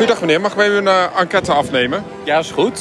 Goedendag meneer, mag ik bij u een enquête afnemen? Ja, is goed.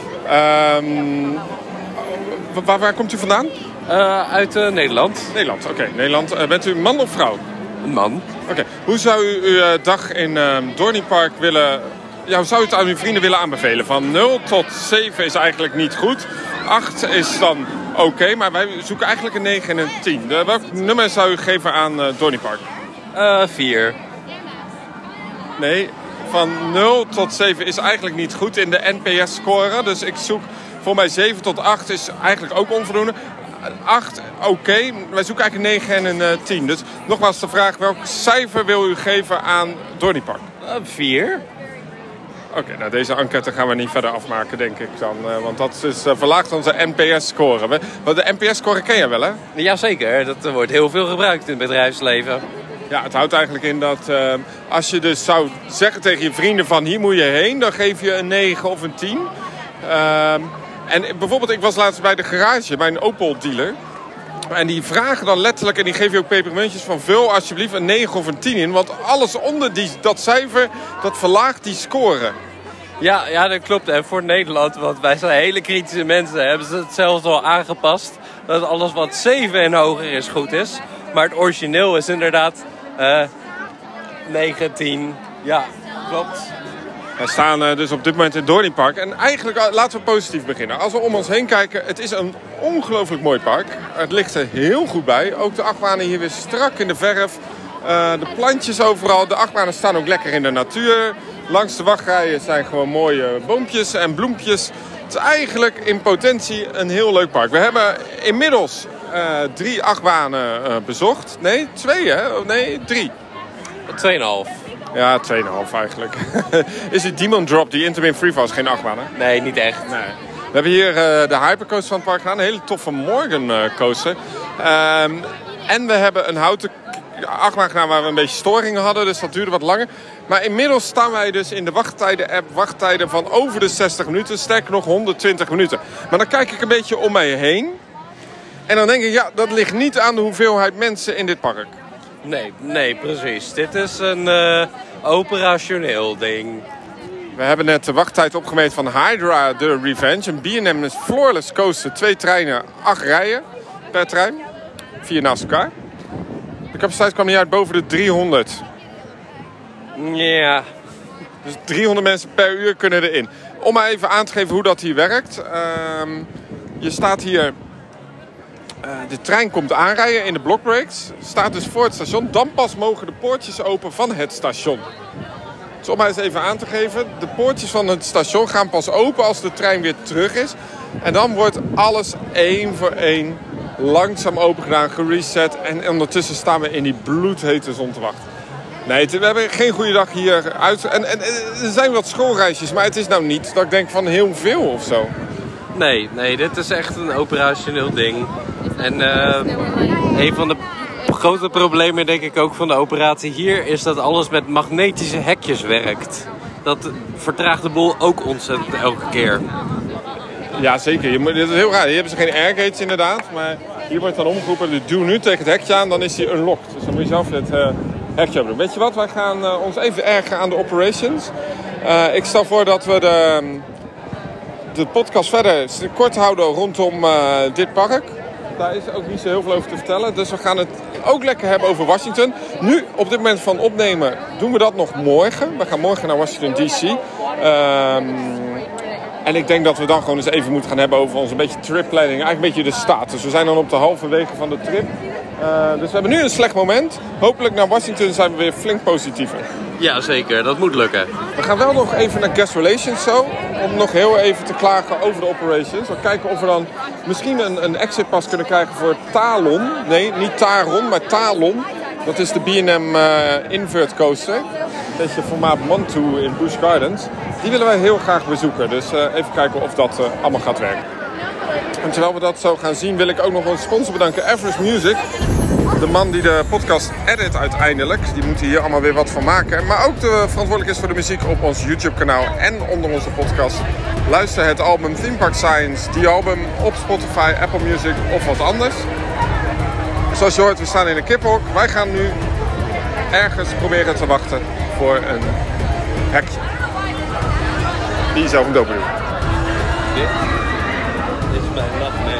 Waar komt u vandaan? Uit Nederland. Nederland, oké. Nederland. Bent u man of vrouw? Een man. Oké. Hoe zou u uw dag in Dorney Park willen... Ja, hoe zou u het aan uw vrienden willen aanbevelen? Van 0 tot 7 is eigenlijk niet goed. 8 is dan oké, maar wij zoeken eigenlijk een 9 en een 10. Welk nummer zou u geven aan Dorney Park? 4. Nee, van 0 tot 7 is eigenlijk niet goed in de NPS-score. Dus ik zoek voor mij 7 tot 8 is eigenlijk ook onvoldoende. 8, oké. Wij zoeken eigenlijk een 9 en een 10. Dus nogmaals de vraag, welk cijfer wil u geven aan Dorney Park? 4. Oké, nou deze enquête gaan we niet verder afmaken, denk ik dan. Want dat is verlaagt onze NPS-score. Want de NPS-score ken je wel, hè? Jazeker, dat wordt heel veel gebruikt in het bedrijfsleven. Ja, het houdt eigenlijk in dat als je dus zou zeggen tegen je vrienden van hier moet je heen, dan geef je een 9 of een 10. En bijvoorbeeld, ik was laatst bij de garage, bij een Opel-dealer. En die vragen dan letterlijk, en die geven je ook pepermuntjes van vul alsjeblieft een 9 of een 10 in. Want alles onder dat cijfer, dat verlaagt die score. Ja, dat klopt. En voor Nederland, want wij zijn hele kritische mensen, hebben ze het zelfs al aangepast. Dat alles wat 7 en hoger is goed is. Maar het origineel is inderdaad 9, 10. Ja, klopt. We staan dus op dit moment in Dorney Park. En eigenlijk, laten we positief beginnen. Als we om ons heen kijken, het is een ongelooflijk mooi park. Het ligt er heel goed bij. Ook de achtbanen hier weer strak in de verf. De plantjes overal. De achtbanen staan ook lekker in de natuur. Langs de wachtrijen zijn gewoon mooie boompjes en bloempjes. Het is eigenlijk in potentie een heel leuk park. We hebben inmiddels 3 achtbanen bezocht. Nee, 2 hè? Nee, 3. 2,5. Ja, 2,5 eigenlijk. Is die Demon Drop, die Intamin Freefall, geen achtbaan, hè? Nee, niet echt. Nee. We hebben hier de Hypercoaster van het park gedaan. Een hele toffe Morgan coaster. En we hebben een houten achtbaan gedaan waar we een beetje storingen hadden. Dus dat duurde wat langer. Maar inmiddels staan wij dus in de wachttijden-app. Wachttijden van over de 60 minuten. Sterker nog 120 minuten. Maar dan kijk ik een beetje om mij heen. En dan denk ik, ja, dat ligt niet aan de hoeveelheid mensen in dit park. Nee, precies. Dit is een operationeel ding. We hebben net de wachttijd opgemeten van Hydra The Revenge. Een B&M floorless coaster. 2 treinen, 8 rijen per trein. 4 naast elkaar. De capaciteit kwam niet uit boven de 300. Ja. Dus 300 mensen per uur kunnen erin. Om maar even aan te geven hoe dat hier werkt. Je staat hier... de trein komt aanrijden in de blockbreaks. Staat dus voor het station. Dan pas mogen de poortjes open van het station. Dus om maar eens even aan te geven. De poortjes van het station gaan pas open als de trein weer terug is. En dan wordt alles 1 voor 1 langzaam open gedaan, gereset. En ondertussen staan we in die bloedhete zon te wachten. Nee, we hebben geen goede dag hier uit. En er zijn wat schoolreisjes, maar het is nou niet dat ik denk van heel veel of zo. Nee, dit is echt een operationeel ding. En een van de grote problemen denk ik ook van de operatie hier is dat alles met magnetische hekjes werkt. Dat vertraagt de boel ook ontzettend elke keer. Ja, zeker. Dit is heel raar. Hier hebben ze geen airgates inderdaad, maar hier wordt dan omgeroepen, duw nu tegen het hekje aan, dan is hij unlocked. Dus dan moet je zelf het hekje doen. Weet je wat, wij gaan ons even ergeren aan de operations. Ik stel voor dat we de podcast verder kort houden rondom dit park. Daar is ook niet zo heel veel over te vertellen. Dus we gaan het ook lekker hebben over Washington. Nu, op dit moment van opnemen, doen we dat nog morgen. We gaan morgen naar Washington D.C. En ik denk dat we dan gewoon eens even moeten gaan hebben over onze beetje tripplanning. Eigenlijk een beetje de status. We zijn dan op de halverwege van de trip. Dus we hebben nu een slecht moment. Hopelijk naar Washington zijn we weer flink positiever. Ja, zeker. Dat moet lukken. We gaan wel nog even naar Guest Relations zo. Om nog heel even te klagen over de operations. We kijken of we dan misschien een exit pass kunnen krijgen voor Talon. Nee, niet Taron, maar Talon. Dat is de B&M invert coaster. Een beetje formaat Mantou in Busch Gardens. Die willen wij heel graag bezoeken. Dus even kijken of dat allemaal gaat werken. En terwijl we dat zo gaan zien, wil ik ook nog onze sponsor bedanken. Everest Music. De man die de podcast edit uiteindelijk. Die moet hier allemaal weer wat van maken. Maar ook de verantwoordelijk is voor de muziek op ons YouTube kanaal en onder onze podcast. Luister het album Theme Park Science, die album op Spotify, Apple Music of wat anders. Zoals je hoort, we staan in een kiphok. Wij gaan nu ergens proberen te wachten voor een hekje. die je zelf moet open doen. Dit is mijn nachtmerrie.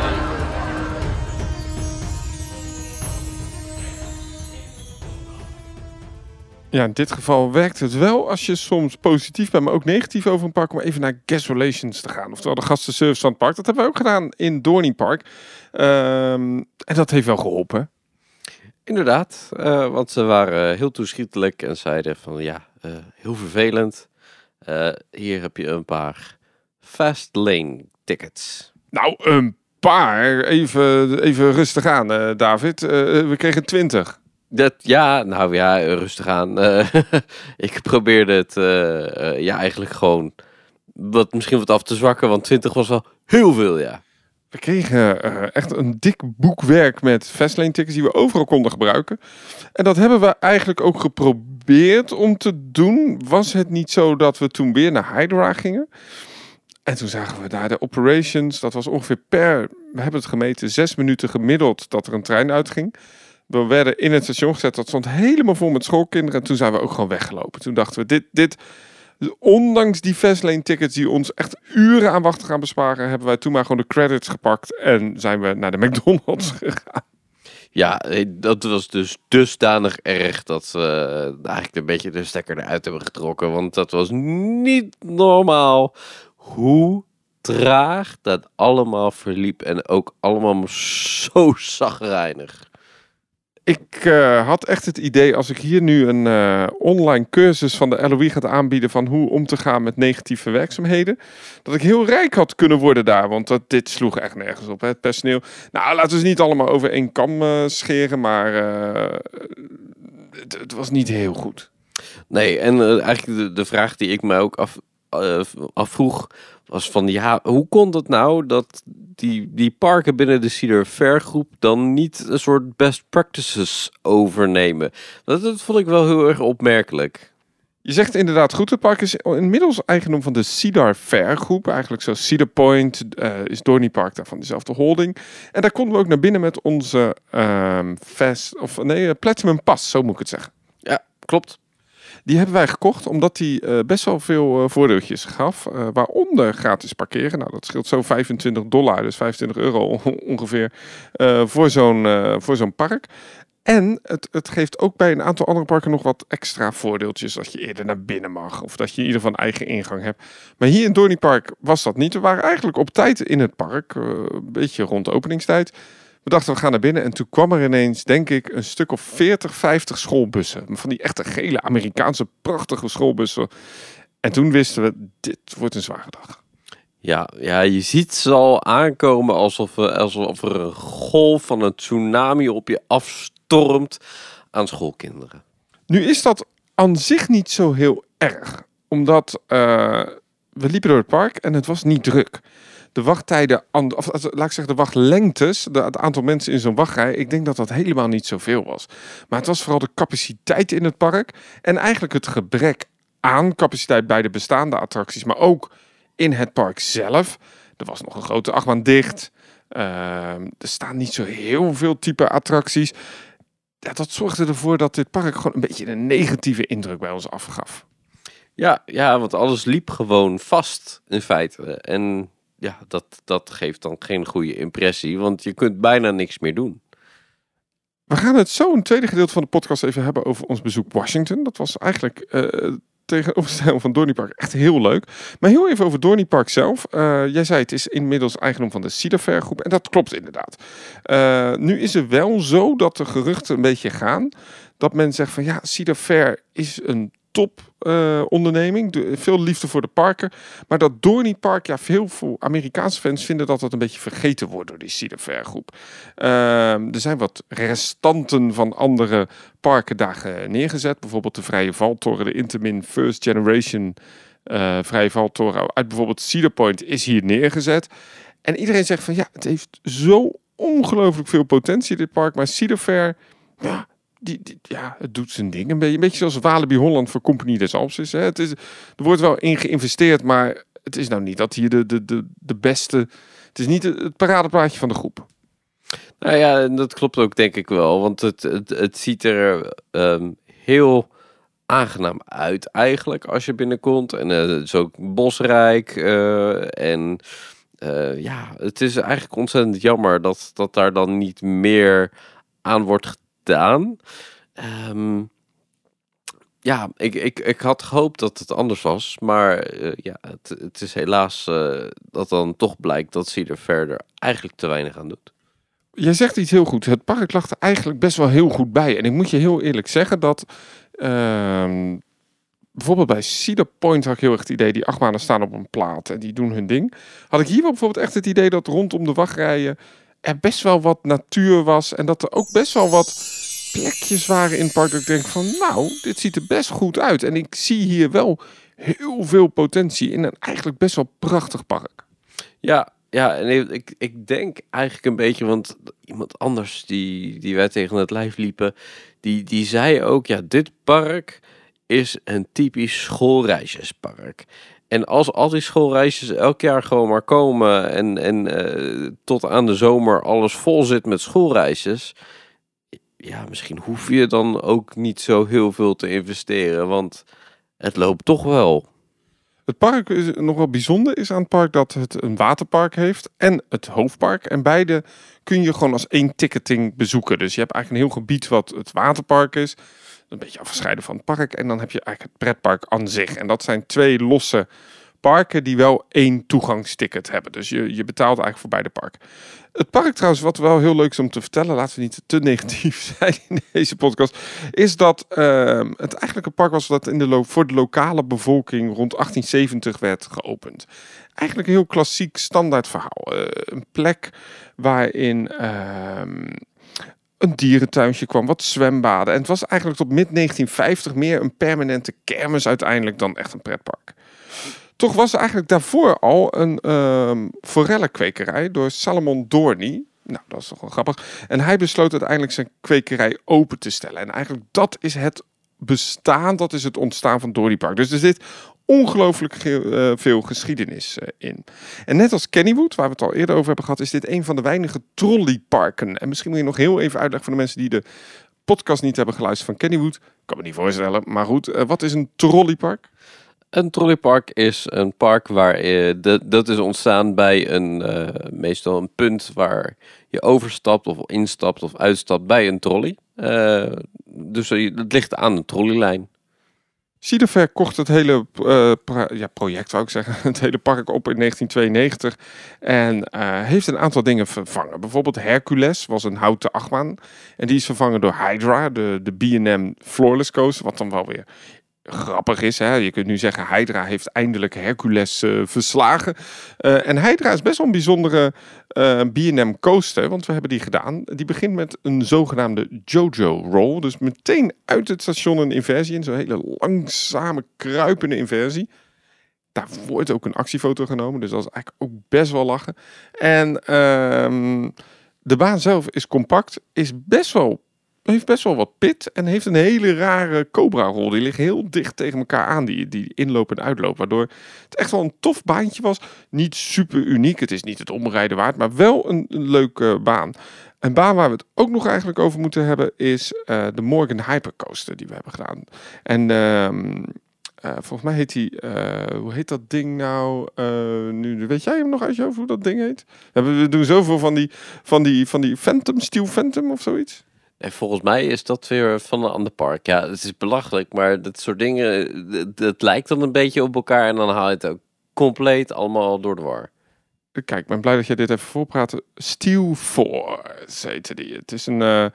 Ja, in dit geval werkt het wel als je soms positief bent, maar ook negatief over een park, om even naar Guest Relations te gaan. Oftewel de gastenservice van het park. Dat hebben we ook gedaan in Dorney Park. En dat heeft wel geholpen. Inderdaad, want ze waren heel toeschietelijk en zeiden van heel vervelend. Hier heb je een paar Fast Lane tickets. Nou, een paar. Even rustig aan, David. We kregen 20. Rustig aan. Ik probeerde het eigenlijk gewoon misschien wat af te zwakken, want 20 was wel heel veel, ja. We kregen echt een dik boekwerk met Fastlane tickets die we overal konden gebruiken. En dat hebben we eigenlijk ook geprobeerd om te doen. Was het niet zo dat we toen weer naar Hydra gingen? En toen zagen we daar de operations. Dat was ongeveer we hebben het gemeten, 6 minuten gemiddeld dat er een trein uitging. We werden in het station gezet. Dat stond helemaal vol met schoolkinderen. En toen zijn we ook gewoon weggelopen. Toen dachten we, dit ondanks die Fastlane tickets die ons echt uren aan wachten gaan besparen, hebben wij toen maar gewoon de credits gepakt en zijn we naar de McDonald's gegaan. Ja, dat was dus dusdanig erg dat we eigenlijk een beetje de stekker eruit hebben getrokken. Want dat was niet normaal hoe traag dat allemaal verliep. En ook allemaal zo chagrijnig. Ik had echt het idee, als ik hier nu een online cursus van de LOE ga aanbieden van hoe om te gaan met negatieve werkzaamheden, dat ik heel rijk had kunnen worden daar, want dit sloeg echt nergens op. Hè. Het personeel, nou laten we ze niet allemaal over één kam scheren, maar het was niet heel goed. Nee, en eigenlijk de vraag die ik mij ook afvroeg was van hoe kon het nou dat die parken binnen de Cedar Fair groep dan niet een soort best practices overnemen? Dat vond ik wel heel erg opmerkelijk. Je zegt inderdaad goed, het park is inmiddels eigendom van de Cedar Fair groep. Eigenlijk zoals Cedar Point is Dorney Park daarvan dezelfde holding. En daar konden we ook naar binnen met onze Platinum Pass, zo moet ik het zeggen. Ja, klopt. Die hebben wij gekocht omdat die best wel veel voordeeltjes gaf. Waaronder gratis parkeren. Nou, dat scheelt zo $25, dus €25 ongeveer voor zo'n park. En het geeft ook bij een aantal andere parken nog wat extra voordeeltjes. Dat je eerder naar binnen mag. Of dat je in ieder geval een eigen ingang hebt. Maar hier in Dorney Park was dat niet. We waren eigenlijk op tijd in het park. Een beetje rond de openingstijd. We dachten, we gaan naar binnen. En toen kwam er ineens, denk ik, een stuk of 40, 50 schoolbussen. Van die echte gele Amerikaanse prachtige schoolbussen. En toen wisten we, dit wordt een zware dag. Ja, je ziet ze al aankomen alsof er een golf van een tsunami op je afstormt aan schoolkinderen. Nu is dat aan zich niet zo heel erg. Omdat we liepen door het park en het was niet druk. De wachttijden, laat ik zeggen de wachtlengtes, het aantal mensen in zo'n wachtrij, ik denk dat dat helemaal niet zoveel was. Maar het was vooral de capaciteit in het park en eigenlijk het gebrek aan capaciteit bij de bestaande attracties, maar ook in het park zelf. Er was nog een grote achtbaan dicht. Er staan niet zo heel veel type attracties. Ja, dat zorgde ervoor dat dit park gewoon een beetje een negatieve indruk bij ons afgaf. Ja, want alles liep gewoon vast in feite. En ja, dat geeft dan geen goede impressie, want je kunt bijna niks meer doen. We gaan het zo in het tweede gedeelte van de podcast even hebben over ons bezoek Washington. Dat was eigenlijk tegenovergestelde van Dorney Park echt heel leuk. Maar heel even over Dorney Park zelf. Jij zei het is inmiddels eigendom van de Cedar Fair groep. En dat klopt inderdaad. Nu is het wel zo dat de geruchten een beetje gaan. Dat men zegt van ja, Cedar Fair is een top onderneming. Veel liefde voor de parken. Maar dat Dorney Park, ja, veel Amerikaanse fans vinden dat een beetje vergeten wordt door die Cedar Fair groep. Er zijn wat restanten van andere parken daar neergezet. Bijvoorbeeld de Vrije Valtoren, de Intamin First Generation Vrije Valtoren uit bijvoorbeeld Cedar Point is hier neergezet. En iedereen zegt van ja, het heeft zo ongelooflijk veel potentie dit park. Maar Cedar Fair, ja, het doet zijn ding. Een beetje zoals Walibi Holland voor Compagnie des Alps is. Hè. Er wordt wel in geïnvesteerd, maar het is nou niet dat hier de beste... Het is niet het paradeplaatje van de groep. Nou ja, dat klopt ook denk ik wel. Want het ziet er heel aangenaam uit eigenlijk als je binnenkomt. En het is ook bosrijk. Het is eigenlijk ontzettend jammer dat daar dan niet meer aan wordt gedaan. Ik had gehoopt dat het anders was. Maar het is helaas dat dan toch blijkt dat Cedar Fair er eigenlijk te weinig aan doet. Jij zegt iets heel goed. Het park lag er eigenlijk best wel heel goed bij. En ik moet je heel eerlijk zeggen dat... bijvoorbeeld bij Cedar Point had ik heel erg het idee... die achtbanen staan op een plaat en die doen hun ding. Had ik hier wel bijvoorbeeld echt het idee dat rondom de wachtrijen... er best wel wat natuur was. En dat er ook best wel wat plekjes waren in het park... dat ik denk van dit ziet er best goed uit. En ik zie hier wel heel veel potentie in een eigenlijk best wel prachtig park. Ja, en ik denk eigenlijk een beetje, want iemand anders die wij tegen het lijf liepen, die zei ook, dit park is een typisch schoolreisjespark. En als al die schoolreisjes elk jaar gewoon maar komen en tot aan de zomer alles vol zit met schoolreisjes, misschien hoef je dan ook niet zo heel veel te investeren, want het loopt toch wel. Het park is nog wel bijzonder is aan het park dat het een waterpark heeft en het hoofdpark. En beide kun je gewoon als één ticketing bezoeken. Dus je hebt eigenlijk een heel gebied wat het waterpark is. Een beetje afgescheiden van het park. En dan heb je eigenlijk het pretpark aan zich. En dat zijn twee losse parken die wel één toegangsticket hebben. Dus je betaalt eigenlijk voor beide parken. Het park trouwens, wat wel heel leuk is om te vertellen, laten we niet te negatief zijn in deze podcast, is dat het eigenlijk een park was dat voor de lokale bevolking rond 1870 werd geopend. Eigenlijk een heel klassiek standaard verhaal. Een plek waarin een dierentuintje kwam, wat zwembaden. En het was eigenlijk tot mid-1950 meer een permanente kermis uiteindelijk dan echt een pretpark. Toch was er eigenlijk daarvoor al een forellenkwekerij door Salomon Dorney. Nou, dat is toch wel grappig. En hij besloot uiteindelijk zijn kwekerij open te stellen. En eigenlijk dat is het bestaan, dat is het ontstaan van Dorney Park. Dus er zit ongelooflijk veel geschiedenis in. En net als Kennywood, waar we het al eerder over hebben gehad, is dit een van de weinige trolleyparken. En misschien moet je nog heel even uitleggen voor de mensen die de podcast niet hebben geluisterd van Kennywood. Ik kan me niet voorstellen, maar goed. Wat is een trolleypark? Een trolleypark is een park waar dat is ontstaan bij meestal een punt waar je overstapt of instapt of uitstapt bij een trolley. Dus het ligt aan een trolleylijn. Cedar Fair kocht het hele project, wou ik zeggen, het hele park op in 1992 en heeft een aantal dingen vervangen. Bijvoorbeeld Hercules was een houten achtbaan en die is vervangen door Hydra, de B&M Floorless Coaster, wat dan wel weer grappig is. Hè? Je kunt nu zeggen, Hydra heeft eindelijk Hercules verslagen. En Hydra is best wel een bijzondere B&M coaster, want we hebben die gedaan. Die begint met een zogenaamde Jojo Roll. Dus meteen uit het station een inversie in. Zo'n hele langzame, kruipende inversie. Daar wordt ook een actiefoto genomen, dus dat is eigenlijk ook best wel lachen. En de baan zelf is compact, heeft best wel wat pit en heeft een hele rare cobra-rol. Die liggen heel dicht tegen elkaar aan, die inloop en uitloop. Waardoor het echt wel een tof baantje was. Niet super uniek, het is niet het omrijden waard, maar wel een leuke baan. Een baan waar we het ook nog eigenlijk over moeten hebben is de Morgan Hypercoaster die we hebben gedaan. En volgens mij heet die, hoe heet dat ding nou? Nu weet jij hem nog uit je hoofd hoe dat ding heet? We doen zoveel van die Phantom, Steel Phantom of zoiets. En volgens mij is dat weer van een ander park. Ja, het is belachelijk, maar dat soort dingen, het lijkt dan een beetje op elkaar en dan haal je het ook compleet allemaal door de war. Kijk, ik ben blij dat jij dit even voorpraat. Steel Force heette die. Het is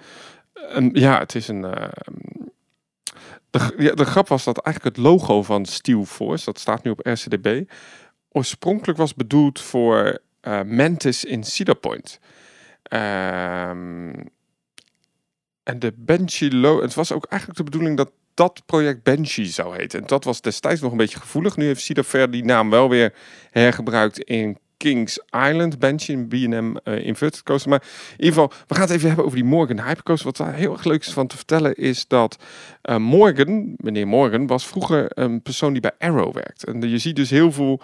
de grap was dat eigenlijk het logo van Steel Force, dat staat nu op RCDB, oorspronkelijk was bedoeld voor Mantis in Cedar Point. En de Banshee het was ook eigenlijk de bedoeling dat project Banshee zou heten. En dat was destijds nog een beetje gevoelig. Nu heeft Cedar Fair die naam wel weer hergebruikt in Kings Island, Banshee, een B&M Inverted Coaster. Maar in ieder geval, we gaan het even hebben over die Morgan Hypercoaster. Wat daar heel erg leuk is van te vertellen is dat meneer Morgan, was vroeger een persoon die bij Arrow werkt. En je ziet dus heel veel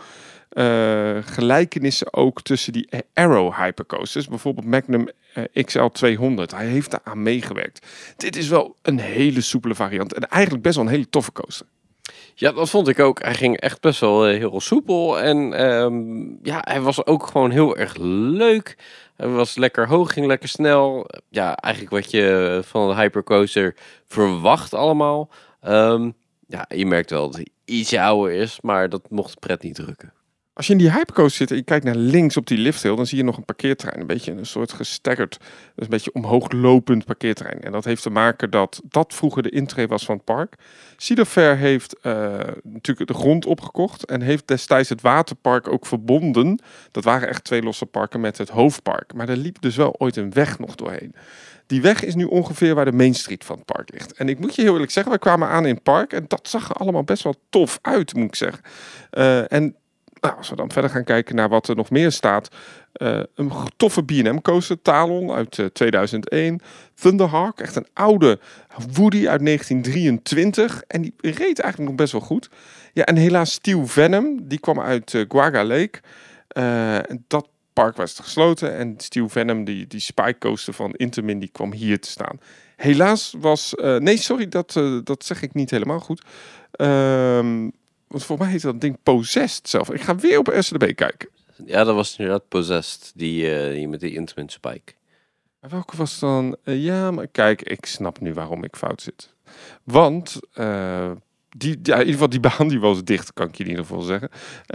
gelijkenissen ook tussen die Arrow hypercoasters. Bijvoorbeeld Magnum XL 200. Hij heeft daar aan meegewerkt. Dit is wel een hele soepele variant. En eigenlijk best wel een hele toffe coaster. Ja, dat vond ik ook. Hij ging echt best wel heel soepel. En hij was ook gewoon heel erg leuk. Hij was lekker hoog, ging lekker snel. Ja, eigenlijk wat je van een hypercoaster verwacht allemaal. Je merkt wel dat hij iets ouder is, maar dat mocht de pret niet drukken. Als je in die hypercoaster zit en je kijkt naar links op die lifthill, dan zie je nog een parkeerterrein. Een beetje een soort gestaggerd, dus een beetje omhooglopend parkeerterrein. En dat heeft te maken dat vroeger de intree was van het park. Cedar Fair heeft natuurlijk de grond opgekocht en heeft destijds het waterpark ook verbonden. Dat waren echt 2 losse parken met het hoofdpark. Maar er liep dus wel ooit een weg nog doorheen. Die weg is nu ongeveer waar de Main Street van het park ligt. En ik moet je heel eerlijk zeggen, wij kwamen aan in het park en dat zag er allemaal best wel tof uit, moet ik zeggen. Als we dan verder gaan kijken naar wat er nog meer staat. Een toffe B&M coaster, Talon uit 2001. Thunderhawk, echt een oude Woody uit 1923. En die reed eigenlijk nog best wel goed. Ja, en helaas Steel Venom, die kwam uit Guaga Lake. Dat park was gesloten. En Steel Venom, die spike coaster van Intamin, die kwam hier te staan. Helaas was... dat zeg ik niet helemaal goed. Want voor mij heet dat ding Possessed zelf. Ik ga weer op RCDB kijken. Ja, dat was inderdaad Possessed. Die met die Intamin spike. Welke was dan... maar kijk, ik snap nu waarom ik fout zit. Want... in ieder geval die baan die was dicht, kan ik je in ieder geval zeggen.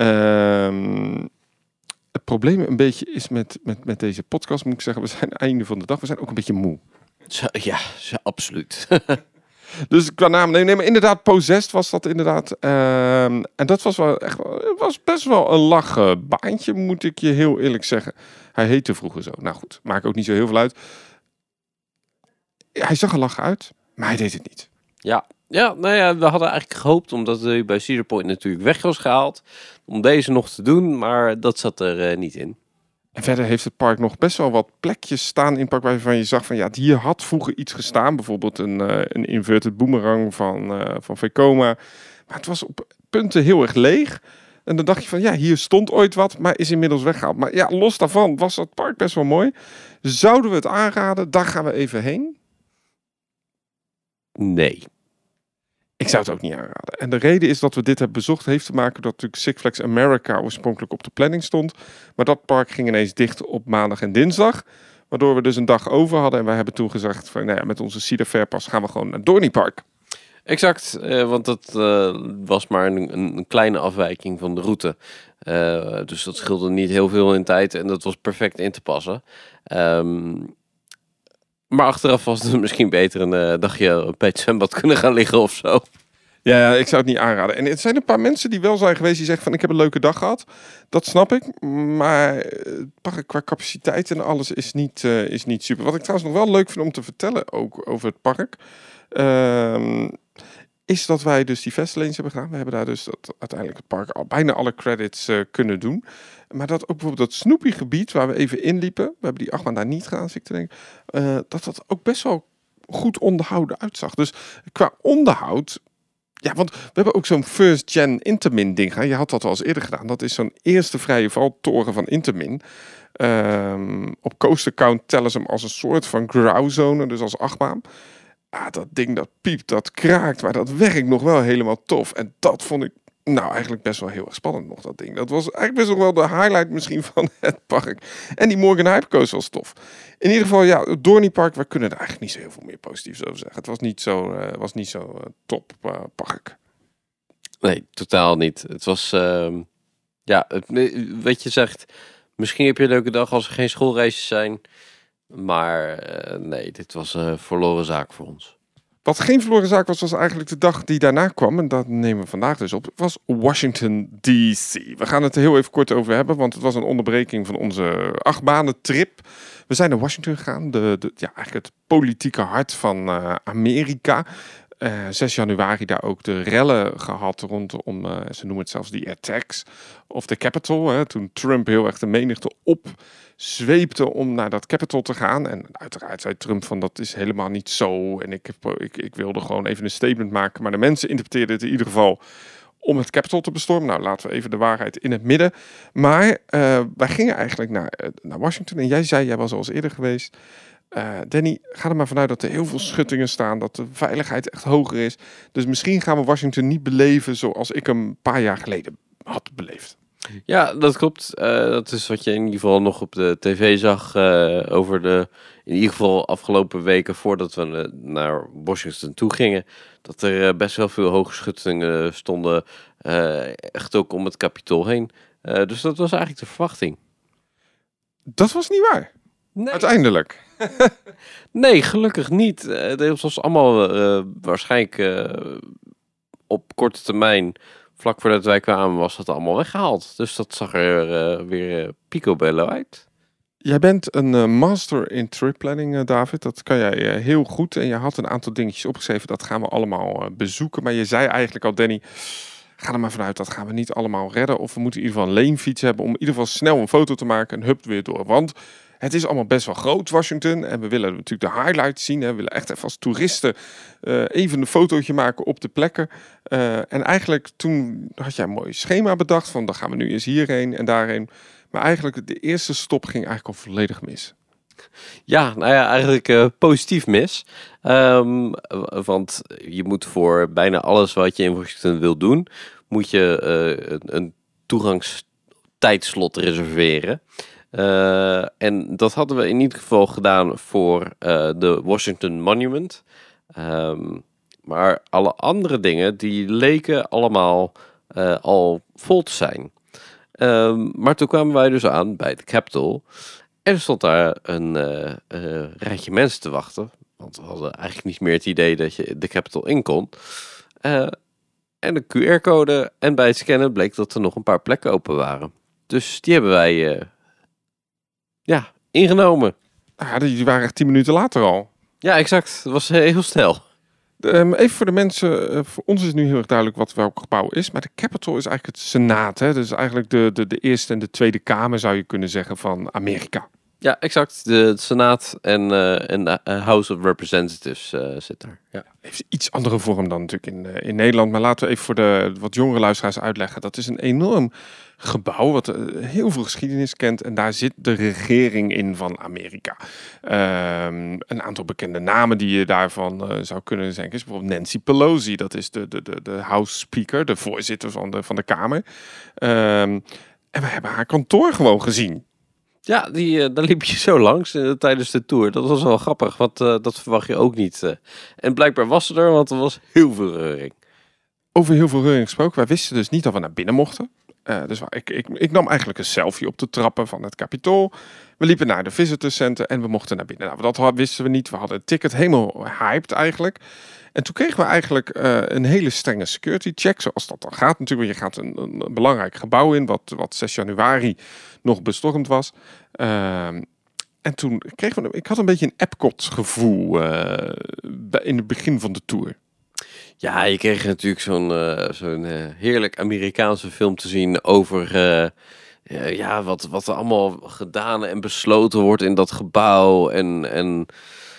Het probleem een beetje is met deze podcast, moet ik zeggen. We zijn einde van de dag. We zijn ook een beetje moe. Ja, absoluut. Dus qua naam, nee, maar inderdaad, Possessed was dat inderdaad. En dat was wel echt, was best wel een lachen baantje, moet ik je heel eerlijk zeggen. Hij heette vroeger zo. Nou goed, maakt ook niet zo heel veel uit. Hij zag er lachen uit, maar hij deed het niet. Ja, we hadden eigenlijk gehoopt, omdat hij bij Cedar Point natuurlijk weg was gehaald, om deze nog te doen, maar dat zat er niet in. En verder heeft het park nog best wel wat plekjes staan in het park waarvan je zag van ja, hier had vroeger iets gestaan. Bijvoorbeeld een inverted boomerang van Vekoma. Maar het was op punten heel erg leeg. En dan dacht je van ja, hier stond ooit wat, maar is inmiddels weggehaald. Maar ja, los daarvan was het park best wel mooi. Zouden we het aanraden? Daar gaan we even heen. Nee. Ik zou het ook niet aanraden. En de reden is dat we dit hebben bezocht heeft te maken dat natuurlijk Six Flags America oorspronkelijk op de planning stond. Maar dat park ging ineens dicht op maandag en dinsdag. Waardoor we dus een dag over hadden. En wij hebben toen gezegd van met onze Cedar Fair pas gaan we gewoon naar Dorney Park. Exact, want dat was maar een kleine afwijking van de route. Dus dat scheelde niet heel veel in tijd en dat was perfect in te passen. Maar achteraf was het misschien beter een dagje bij het zwembad kunnen gaan liggen of zo. Ja, ik zou het niet aanraden. En er zijn een paar mensen die wel zijn geweest die zeggen van ik heb een leuke dag gehad. Dat snap ik, maar qua capaciteit en alles is niet super. Wat ik trouwens nog wel leuk vind om te vertellen ook over het park, is dat wij dus die Fastlanes hebben gedaan. We hebben daar dus uiteindelijk het park al bijna alle credits kunnen doen. Maar dat ook bijvoorbeeld dat Snoopy-gebied waar we even inliepen, we hebben die achtbaan daar niet gedaan, zit ik te denken, dat ook best wel goed onderhouden uitzag. Dus qua onderhoud, ja, want we hebben ook zo'n first gen Intamin ding gedaan. Je had dat al eens eerder gedaan. Dat is zo'n eerste vrije valtoren van Intamin. Op Coaster Count tellen ze hem als een soort van growzone, dus als achtbaan. Dat ding dat piept, dat kraakt, maar dat werkt nog wel helemaal tof. En dat vond ik nou eigenlijk best wel heel erg spannend nog, dat ding. Dat was eigenlijk best nog wel de highlight misschien van het park. En die Morgan Hypercoaster was tof. In ieder geval, ja, het Dorney Park, we kunnen er eigenlijk niet zo heel veel meer positiefs over zeggen. Het was niet zo top park. Nee, totaal niet. Het was, wat je zegt, misschien heb je een leuke dag als er geen schoolreisjes zijn. Maar nee, dit was een verloren zaak voor ons. Wat geen verloren zaak was eigenlijk de dag die daarna kwam. En dat nemen we vandaag dus op. Was Washington D.C. We gaan het er heel even kort over hebben. Want het was een onderbreking van onze 8-maanden-trip. We zijn naar Washington gegaan. Eigenlijk het politieke hart van Amerika. 6 januari daar ook de rellen gehad rondom, ze noemen het zelfs die attacks of the Capitol. Hè, toen Trump heel erg de menigte opzweepte om naar dat Capitol te gaan. En uiteraard zei Trump van dat is helemaal niet zo. En ik wilde gewoon even een statement maken. Maar de mensen interpreteerden het in ieder geval om het Capitol te bestormen. Nou, laten we even de waarheid in het midden. Maar wij gingen eigenlijk naar Washington. En jij was al eens eerder geweest. Danny, ga er maar vanuit dat er heel veel schuttingen staan. Dat de veiligheid echt hoger is. Dus misschien gaan we Washington niet beleven zoals ik hem een paar jaar geleden had beleefd. Ja, dat klopt. Dat is wat je in ieder geval nog op de tv zag over in ieder geval afgelopen weken voordat we naar Washington toe gingen. Dat er best wel veel hoogschuttingen stonden, echt ook om het Capitool heen. Dus dat was eigenlijk de verwachting. Dat was niet waar. Nee. Uiteindelijk. Nee, gelukkig niet. Het was allemaal waarschijnlijk op korte termijn, vlak voordat wij kwamen, was dat allemaal weggehaald. Dus dat zag er weer picobello uit. Jij bent een master in trip planning, David. Dat kan jij heel goed. En je had een aantal dingetjes opgeschreven. Dat gaan we allemaal bezoeken. Maar je zei eigenlijk al, Danny, ga er maar vanuit. Dat gaan we niet allemaal redden. Of we moeten in ieder geval een leenfiets hebben om in ieder geval snel een foto te maken. En hup weer door. Want het is allemaal best wel groot, Washington. En we willen natuurlijk de highlights zien. Hè. We willen echt even als toeristen even een fotootje maken op de plekken. En eigenlijk toen had jij een mooi schema bedacht. Van dan gaan we nu eens hierheen en daarheen. Maar eigenlijk de eerste stop ging eigenlijk al volledig mis. Ja, nou ja, eigenlijk positief mis. Want je moet voor bijna alles wat je in Washington wil doen, moet je een toegangstijdslot reserveren. En dat hadden we in ieder geval gedaan voor de Washington Monument. Maar alle andere dingen, die leken allemaal al vol te zijn. Maar toen kwamen wij dus aan bij het Capitol. En er stond daar een rijtje mensen te wachten. Want we hadden eigenlijk niet meer het idee dat je de Capitol in kon. En de QR-code. En bij het scannen bleek dat er nog een paar plekken open waren. Dus die hebben wij ingenomen. Ah, die waren echt 10 minuten later al. Ja, exact. Dat was heel snel. Even voor de mensen, voor ons is nu heel erg duidelijk welk gebouw is. Maar de Capitol is eigenlijk het Senaat. Hè? Dus eigenlijk de Eerste en de Tweede Kamer zou je kunnen zeggen van Amerika. Ja, exact. De Senaat en de House of Representatives zit daar. Ja. Heeft iets andere vorm dan natuurlijk in Nederland. Maar laten we even voor de wat jongere luisteraars uitleggen. Dat is een enorm gebouw wat heel veel geschiedenis kent. En daar zit de regering in van Amerika. Een aantal bekende namen die je daarvan zou kunnen zeggen is bijvoorbeeld Nancy Pelosi. Dat is de House Speaker, de voorzitter van de Kamer. En we hebben haar kantoor gewoon gezien. Ja, daar liep je zo langs tijdens de tour. Dat was wel grappig, want dat verwacht je ook niet. En blijkbaar was ze er, want er was heel veel reuring. Over heel veel reuring gesproken. Wij wisten dus niet dat we naar binnen mochten. Dus ik nam eigenlijk een selfie op de trappen van het Capitool. We liepen naar de Visitor Center en we mochten naar binnen. Nou, dat wisten we niet. We hadden het ticket helemaal hyped eigenlijk. En toen kregen we eigenlijk een hele strenge security check, zoals dat dan gaat natuurlijk. Want je gaat een belangrijk gebouw in, wat 6 januari nog bestormd was. En toen kregen we, ik had een beetje een Epcot gevoel in het begin van de tour. Ja, je kreeg natuurlijk zo'n heerlijk Amerikaanse film te zien over wat er allemaal gedaan en besloten wordt in dat gebouw. En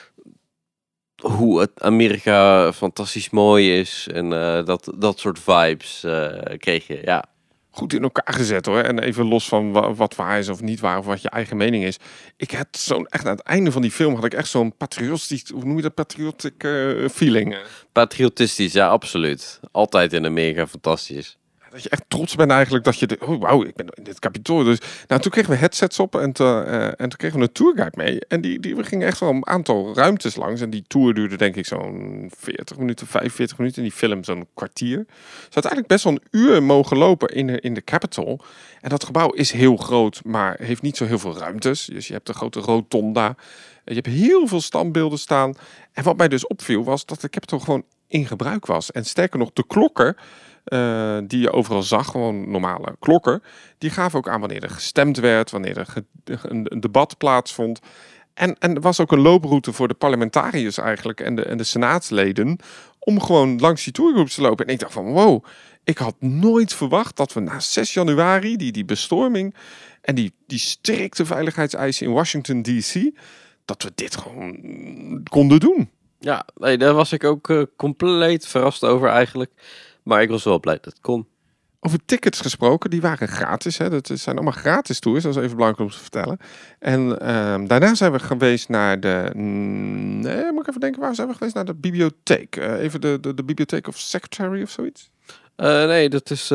hoe het Amerika fantastisch mooi is. En dat soort vibes kreeg je, ja. Goed in elkaar gezet hoor. En even los van wat waar is of niet waar, of wat je eigen mening is. Ik had echt aan het einde van die film had ik echt zo'n patriotisch, hoe noem je dat, patriotic feeling. Patriotistisch, ja, absoluut. Altijd in Amerika fantastisch. Dat je echt trots bent eigenlijk dat je, wauw, ik ben in dit Capitool. Dus nou, toen kregen we headsets op en toen kregen we een tourguide mee. En we gingen echt wel een aantal ruimtes langs. En die tour duurde denk ik zo'n 40 minuten, 45 minuten. En die film zo'n kwartier. Dus uiteindelijk best wel een uur mogen lopen in de Capitol. En dat gebouw is heel groot, maar heeft niet zo heel veel ruimtes. Dus je hebt een grote rotonda. Je hebt heel veel standbeelden staan. En wat mij dus opviel was dat de Capitol gewoon in gebruik was. En sterker nog, de klokken die je overal zag, gewoon normale klokken, die gaven ook aan wanneer er gestemd werd, wanneer er een debat plaatsvond. En er was ook een looproute voor de parlementariërs eigenlijk en de senaatsleden om gewoon langs die tourgroeps te lopen. En ik dacht van wow, ik had nooit verwacht dat we na 6 januari, die bestorming en die strikte veiligheidseisen in Washington D.C., dat we dit gewoon konden doen. Ja, nee, daar was ik ook compleet verrast over eigenlijk. Maar ik was wel blij dat het kon. Over tickets gesproken, die waren gratis. Hè. Dat zijn allemaal gratis tours, dat is even belangrijk om te vertellen. En daarna zijn we geweest naar de... Nee, moet ik even denken, waar zijn we geweest? Naar de bibliotheek. Even de Bibliotheek of Secretary of zoiets. Nee, dat is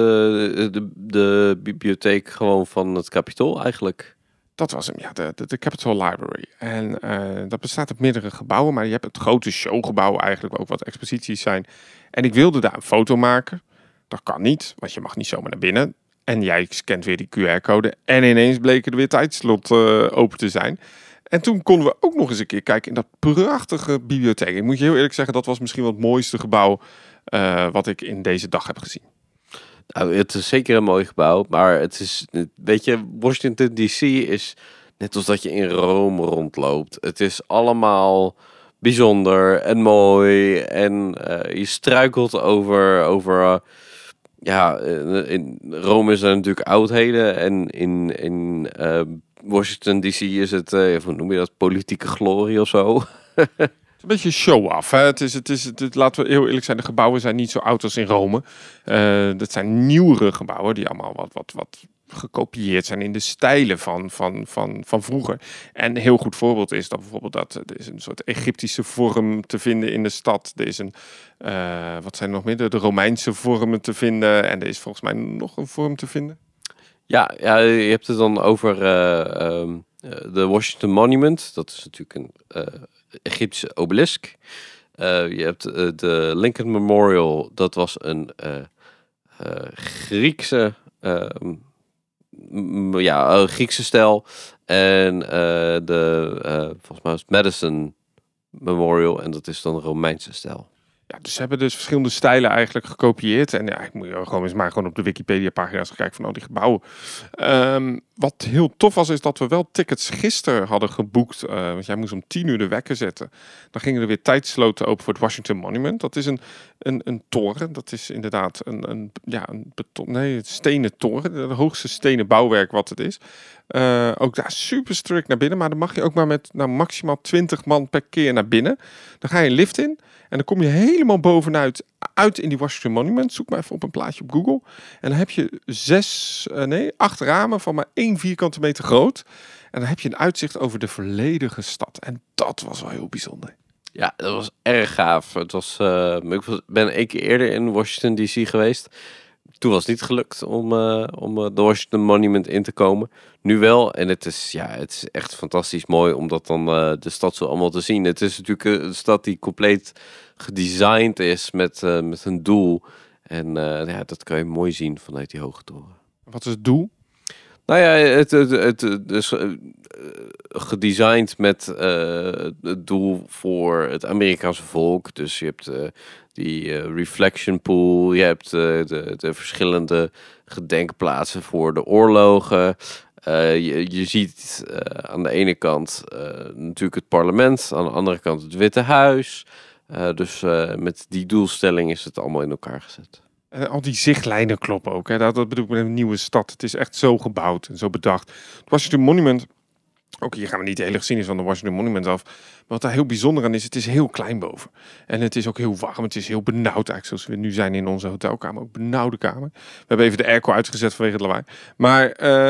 de bibliotheek gewoon van het Capitool eigenlijk. Dat was hem, ja, de Capitol Library. En dat bestaat uit meerdere gebouwen, maar je hebt het grote showgebouw eigenlijk, waar ook wat exposities zijn. En ik wilde daar een foto maken. Dat kan niet, want je mag niet zomaar naar binnen. En jij scant weer die QR-code. En ineens bleken er weer tijdslot open te zijn. En toen konden we ook nog eens een keer kijken in dat prachtige bibliotheek. Ik moet je heel eerlijk zeggen, dat was misschien wel het mooiste gebouw wat ik in deze dag heb gezien. Nou, het is zeker een mooi gebouw, maar het is, weet je, Washington DC is net als dat je in Rome rondloopt. Het is allemaal bijzonder en mooi en je struikelt over ja, in Rome is er natuurlijk oudheden en in Washington DC is het, hoe noem je dat, politieke glorie of zo. Een beetje show-off. Hè? Laten we heel eerlijk zijn, de gebouwen zijn niet zo oud als in Rome. Dat zijn nieuwere gebouwen die allemaal wat gekopieerd zijn in de stijlen van vroeger. En een heel goed voorbeeld is dat bijvoorbeeld er is een soort Egyptische vorm te vinden in de stad. Er is een, wat zijn er nog meer? De Romeinse vormen te vinden. En er is volgens mij nog een vorm te vinden. Ja, je hebt het dan over de Washington Monument. Dat is natuurlijk een Egyptische obelisk. Je hebt de Lincoln Memorial. Dat was een Griekse Griekse stijl. En volgens mij was het Madison Memorial. En dat is dan Romeinse stijl. Ja, dus ze hebben dus verschillende stijlen eigenlijk gekopieerd. En ja, ik moet gewoon eens maar gewoon op de Wikipedia-pagina's gaan kijken van al die gebouwen. Wat heel tof was, is dat we wel tickets gisteren hadden geboekt. Want jij moest om 10 uur de wekker zetten. Dan gingen er weer tijdsloten open voor het Washington Monument. Dat is een toren. Dat is inderdaad een stenen toren. De hoogste stenen bouwwerk wat het is. Ook daar super strikt naar binnen. Maar dan mag je ook maar met maximaal 20 man per keer naar binnen. Dan ga je een lift in. En dan kom je helemaal bovenuit uit in die Washington Monument. Zoek maar even op een plaatje op Google. En dan heb je 8 ramen van maar 1 vierkante meter groot. En dan heb je een uitzicht over de volledige stad. En dat was wel heel bijzonder. Ja, dat was erg gaaf. Ik ben 1 keer eerder in Washington DC geweest. Toen was het niet gelukt om de Washington Monument in te komen. Nu wel. En het is echt fantastisch mooi om dat dan de stad zo allemaal te zien. Het is natuurlijk een stad die compleet gedesigned is met een doel. En dat kan je mooi zien vanuit die hoge toren. Wat is het doel? Nou ja, het is gedesigned met het doel voor het Amerikaanse volk. Dus je hebt die reflection pool, je hebt de verschillende gedenkplaatsen voor de oorlogen. Je ziet aan de ene kant natuurlijk het parlement, aan de andere kant het Witte Huis. Dus met die doelstelling is het allemaal in elkaar gezet. En al die zichtlijnen kloppen ook. Hè? Dat bedoel ik met een nieuwe stad. Het is echt zo gebouwd en zo bedacht. Het Washington Monument, ook hier gaan we niet de hele geschiedenis van de Washington Monument af. Maar wat daar heel bijzonder aan is, het is heel klein boven. En het is ook heel warm. Het is heel benauwd eigenlijk, zoals we nu zijn in onze hotelkamer. Ook benauwde kamer. We hebben even de airco uitgezet vanwege het lawaai. Maar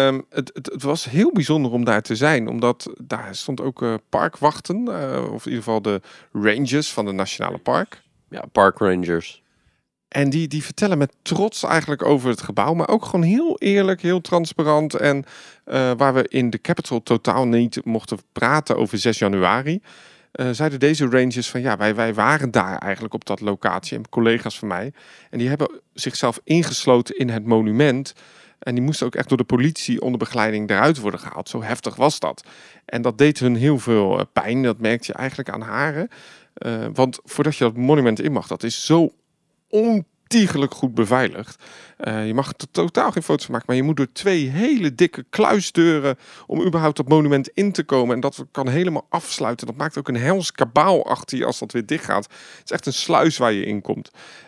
het was heel bijzonder om daar te zijn. Omdat daar stond ook parkwachten. Of in ieder geval de rangers van de Nationale Park. Ja, Park Rangers. En die vertellen met trots eigenlijk over het gebouw. Maar ook gewoon heel eerlijk, heel transparant. En waar we in de Capitol totaal niet mochten praten over 6 januari... zeiden deze rangers van ja, wij waren daar eigenlijk op dat locatie. En collega's van mij. En die hebben zichzelf ingesloten in het monument. En die moesten ook echt door de politie onder begeleiding eruit worden gehaald. Zo heftig was dat. En dat deed hun heel veel pijn. Dat merkte je eigenlijk aan haren. Want voordat je dat monument in mag, dat is zo ontiegelijk goed beveiligd. Je mag er totaal geen foto's van maken, maar je moet door 2 hele dikke kluisdeuren om überhaupt dat monument in te komen. En dat kan helemaal afsluiten. Dat maakt ook een hels kabaal achter je als dat weer dicht gaat. Het is echt een sluis waar je in komt.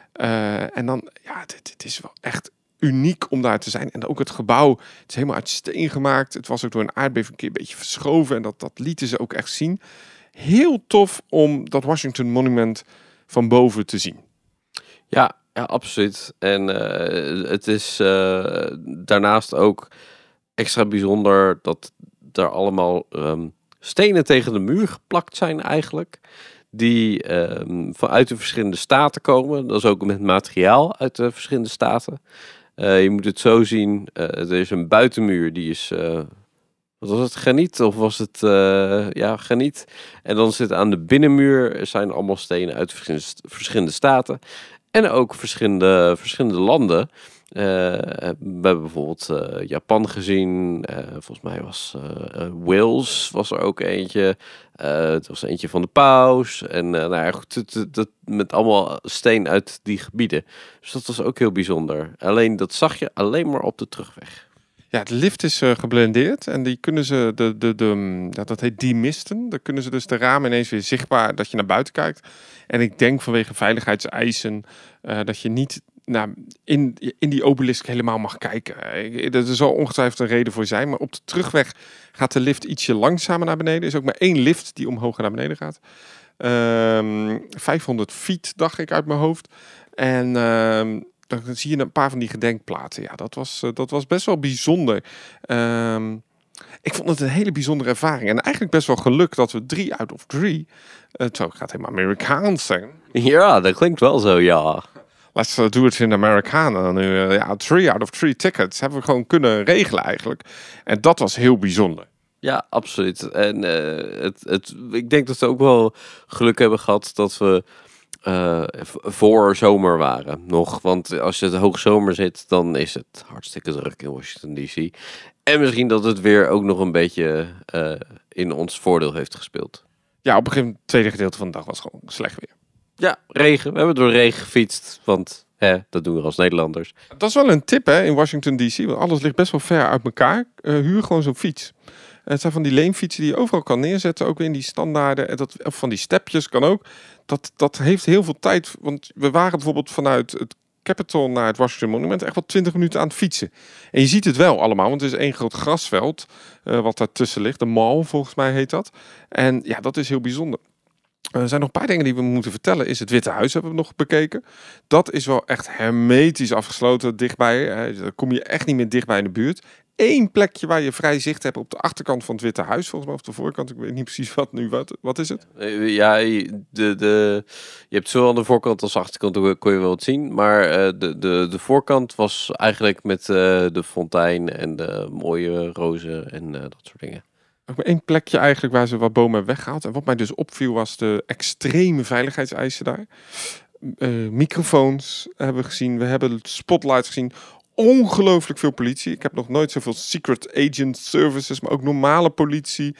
En dan, ja, dit is wel echt uniek om daar te zijn. En ook het gebouw, het is helemaal uit steen gemaakt. Het was ook door een aardbeving een beetje verschoven. En dat lieten ze ook echt zien. Heel tof om dat Washington Monument van boven te zien. Ja, Ja, absoluut. En het is daarnaast ook extra bijzonder dat er allemaal stenen tegen de muur geplakt zijn eigenlijk. Die vanuit de verschillende staten komen. Dat is ook met materiaal uit de verschillende staten. Je moet het zo zien. Er is een buitenmuur die is... wat was het? Graniet? Of was het... ja, graniet. En dan zit aan de binnenmuur zijn allemaal stenen uit verschillende staten. En ook verschillende landen. We hebben bijvoorbeeld Japan gezien. Volgens mij was Wales was er ook eentje. Het was eentje van de paus. En nou ja, goed, dat met allemaal steen uit die gebieden. Dus dat was ook heel bijzonder. Alleen dat zag je alleen maar op de terugweg. Ja, de lift is geblendeerd en die kunnen ze, dat heet demisten. Dan kunnen ze dus de ramen ineens weer zichtbaar, dat je naar buiten kijkt. En ik denk vanwege veiligheidseisen dat je niet in die obelisk helemaal mag kijken. Er zal ongetwijfeld een reden voor zijn, maar op de terugweg gaat de lift ietsje langzamer naar beneden. Er is ook maar één lift die omhoog en naar beneden gaat. 500 feet, dacht ik uit mijn hoofd. En... dan zie je een paar van die gedenkplaten. Ja, dat was best wel bijzonder. Ik vond het een hele bijzondere ervaring. En eigenlijk best wel geluk dat we 3 out of 3... zo gaat helemaal Amerikaans zijn. Ja, dat klinkt wel zo, ja. Let's do it in Americana. Nu, 3 out of 3 tickets hebben we gewoon kunnen regelen eigenlijk. En dat was heel bijzonder. Ja, absoluut. En ik denk dat we ook wel geluk hebben gehad dat we... voor zomer waren nog. Want als je het hoogzomer zit, dan is het hartstikke druk in Washington DC. En misschien dat het weer ook nog een beetje in ons voordeel heeft gespeeld. Ja, op een gegeven moment, het tweede gedeelte van de dag was gewoon slecht weer. Ja, regen. We hebben door regen gefietst, want dat doen we als Nederlanders. Dat is wel een tip hè, in Washington DC, want alles ligt best wel ver uit elkaar. Huur gewoon zo'n fiets. Het zijn van die leenfietsen die je overal kan neerzetten, ook in die standaarden. Of van die stepjes kan ook. Dat heeft heel veel tijd, want we waren bijvoorbeeld vanuit het Capitol naar het Washington Monument echt wel 20 minuten aan het fietsen. En je ziet het wel allemaal, want het is één groot grasveld wat daartussen ligt. De Mall, volgens mij heet dat. En ja, dat is heel bijzonder. Er zijn nog een paar dingen die we moeten vertellen. Is het Witte Huis hebben we nog bekeken. Dat is wel echt hermetisch afgesloten dichtbij. Daar kom je echt niet meer dichtbij in de buurt. Eén plekje waar je vrij zicht hebt op de achterkant van het Witte Huis, volgens mij, of de voorkant. Ik weet niet precies wat is het? Ja, je hebt zowel aan de voorkant als de achterkant kon je wel wat zien. Maar de voorkant was eigenlijk met de fontein en de mooie rozen en dat soort dingen. Ook maar één plekje eigenlijk waar ze wat bomen hebben weggehaald. En wat mij dus opviel was de extreme veiligheidseisen daar. Microfoons hebben we gezien. We hebben spotlights gezien. Ongelooflijk veel politie. Ik heb nog nooit zoveel secret agent services, maar ook normale politie.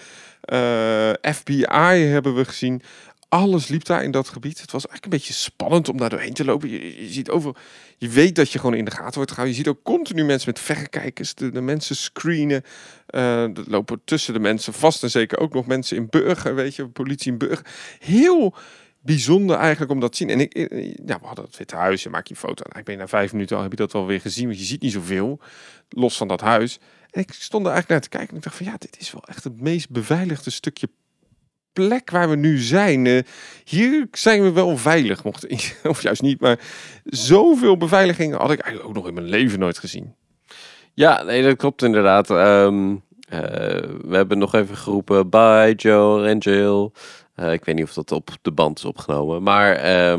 FBI hebben we gezien. Alles liep daar in dat gebied. Het was eigenlijk een beetje spannend om daar doorheen te lopen. Je ziet overal, je weet dat je gewoon in de gaten wordt gehouden. Je ziet ook continu mensen met verrekijkers, de mensen screenen. Er lopen tussen de mensen vast en zeker ook nog mensen in Burger, weet je, politie in Burger. Heel bijzonder eigenlijk om dat te zien. En we hadden het Witte Huis, je maakt je foto. En ik ben na 5 minuten al, heb je dat wel weer gezien, want je ziet niet zoveel, los van dat huis. En ik stond er eigenlijk naar te kijken en ik dacht van ja, dit is wel echt het meest beveiligde stukje plek waar we nu zijn. Hier zijn we wel veilig, of juist niet, maar zoveel beveiliging had ik eigenlijk ook nog in mijn leven nooit gezien. Ja, nee, dat klopt inderdaad. We hebben nog even geroepen, bye Joe en Jill. Ik weet niet of dat op de band is opgenomen, maar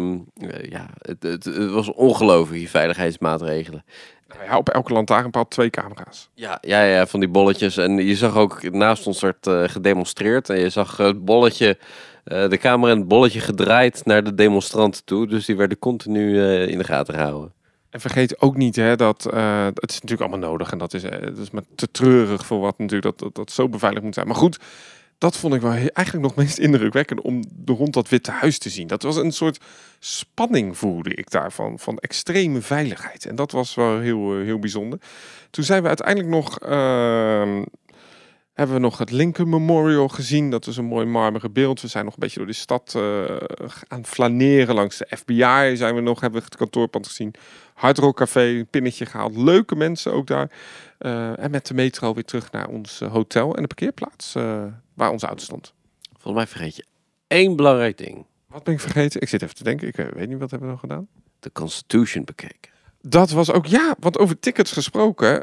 het was ongelooflijk, die veiligheidsmaatregelen. Ja, op elke lantaarnpaal 2 camera's. Ja, van die bolletjes. En je zag ook, naast ons werd gedemonstreerd. En je zag het bolletje, de camera en het bolletje gedraaid naar de demonstranten toe. Dus die werden continu in de gaten gehouden. En vergeet ook niet dat het is natuurlijk allemaal nodig. En dat is maar te treurig voor wat natuurlijk dat zo beveiligd moet zijn. Maar goed, dat vond ik wel eigenlijk nog meest indrukwekkend om rond dat Witte Huis te zien. Dat was een soort spanning voelde ik daarvan, van extreme veiligheid. En dat was wel heel bijzonder. Toen zijn we uiteindelijk nog, hebben we nog het Lincoln Memorial gezien. Dat is een mooi marmeren beeld. We zijn nog een beetje door de stad aan het flaneren. Langs de FBI hebben we het kantoorpand gezien. Hard Rock Café, een pinnetje gehaald. Leuke mensen ook daar. En met de metro weer terug naar ons hotel en de parkeerplaats waar onze auto stond. Volgens mij vergeet je 1 belangrijk ding. Wat ben ik vergeten? Ik zit even te denken. Ik weet niet, wat hebben we nog gedaan? de Constitution bekeken. Dat was ook, want over tickets gesproken.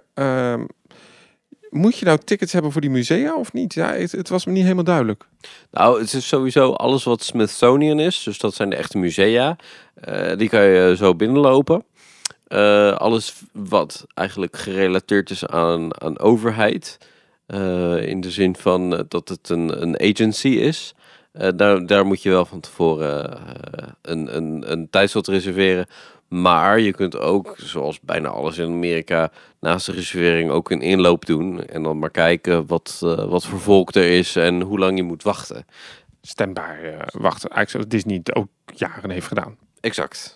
Moet je nou tickets hebben voor die musea of niet? Ja, het was me niet helemaal duidelijk. Nou, het is sowieso alles wat Smithsonian is. Dus dat zijn de echte musea. Die kan je zo binnenlopen. Alles wat eigenlijk gerelateerd is aan overheid. In de zin van dat het een agency is. Daar moet je wel van tevoren een tijdslot reserveren. Maar je kunt ook, zoals bijna alles in Amerika, naast de reservering ook een inloop doen. En dan maar kijken wat voor volk er is en hoe lang je moet wachten. Stembaar wachten. Eigenlijk zoals Disney het ook jaren heeft gedaan. Exact.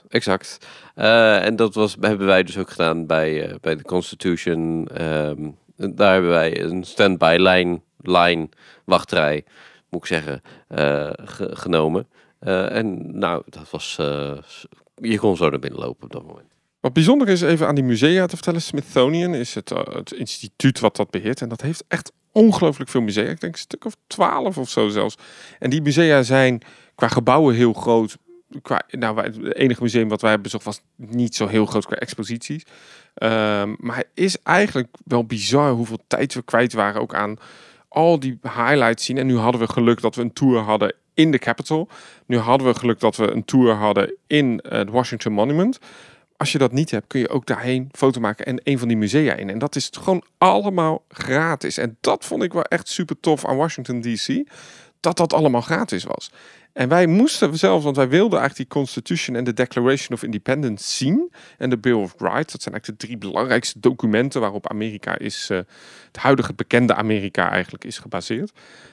En dat hebben wij dus ook gedaan bij de Constitution. Daar hebben wij een standby line wachtrij, moet ik zeggen, genomen. En nou, dat was... je kon zo naar binnen lopen op dat moment. Wat bijzonder is even aan die musea te vertellen. Smithsonian is het instituut wat dat beheert. En dat heeft echt ongelooflijk veel musea. Ik denk een stuk of 12 of zo zelfs. En die musea zijn qua gebouwen heel groot. Het enige museum wat wij hebben bezocht was niet zo heel groot qua exposities. Maar het is eigenlijk wel bizar hoeveel tijd we kwijt waren ook aan al die highlights zien. En nu hadden we geluk dat we een tour hadden in de Capitol. Nu hadden we geluk dat we een tour hadden in het Washington Monument. Als je dat niet hebt, kun je ook daarheen foto maken en een van die musea in. En dat is gewoon allemaal gratis. En dat vond ik wel echt super tof aan Washington D.C. Dat allemaal gratis was. En wij moesten zelfs, want wij wilden eigenlijk die Constitution en de Declaration of Independence zien. En de Bill of Rights. Dat zijn eigenlijk de 3 belangrijkste documenten waarop Amerika is, het huidige bekende Amerika eigenlijk is gebaseerd.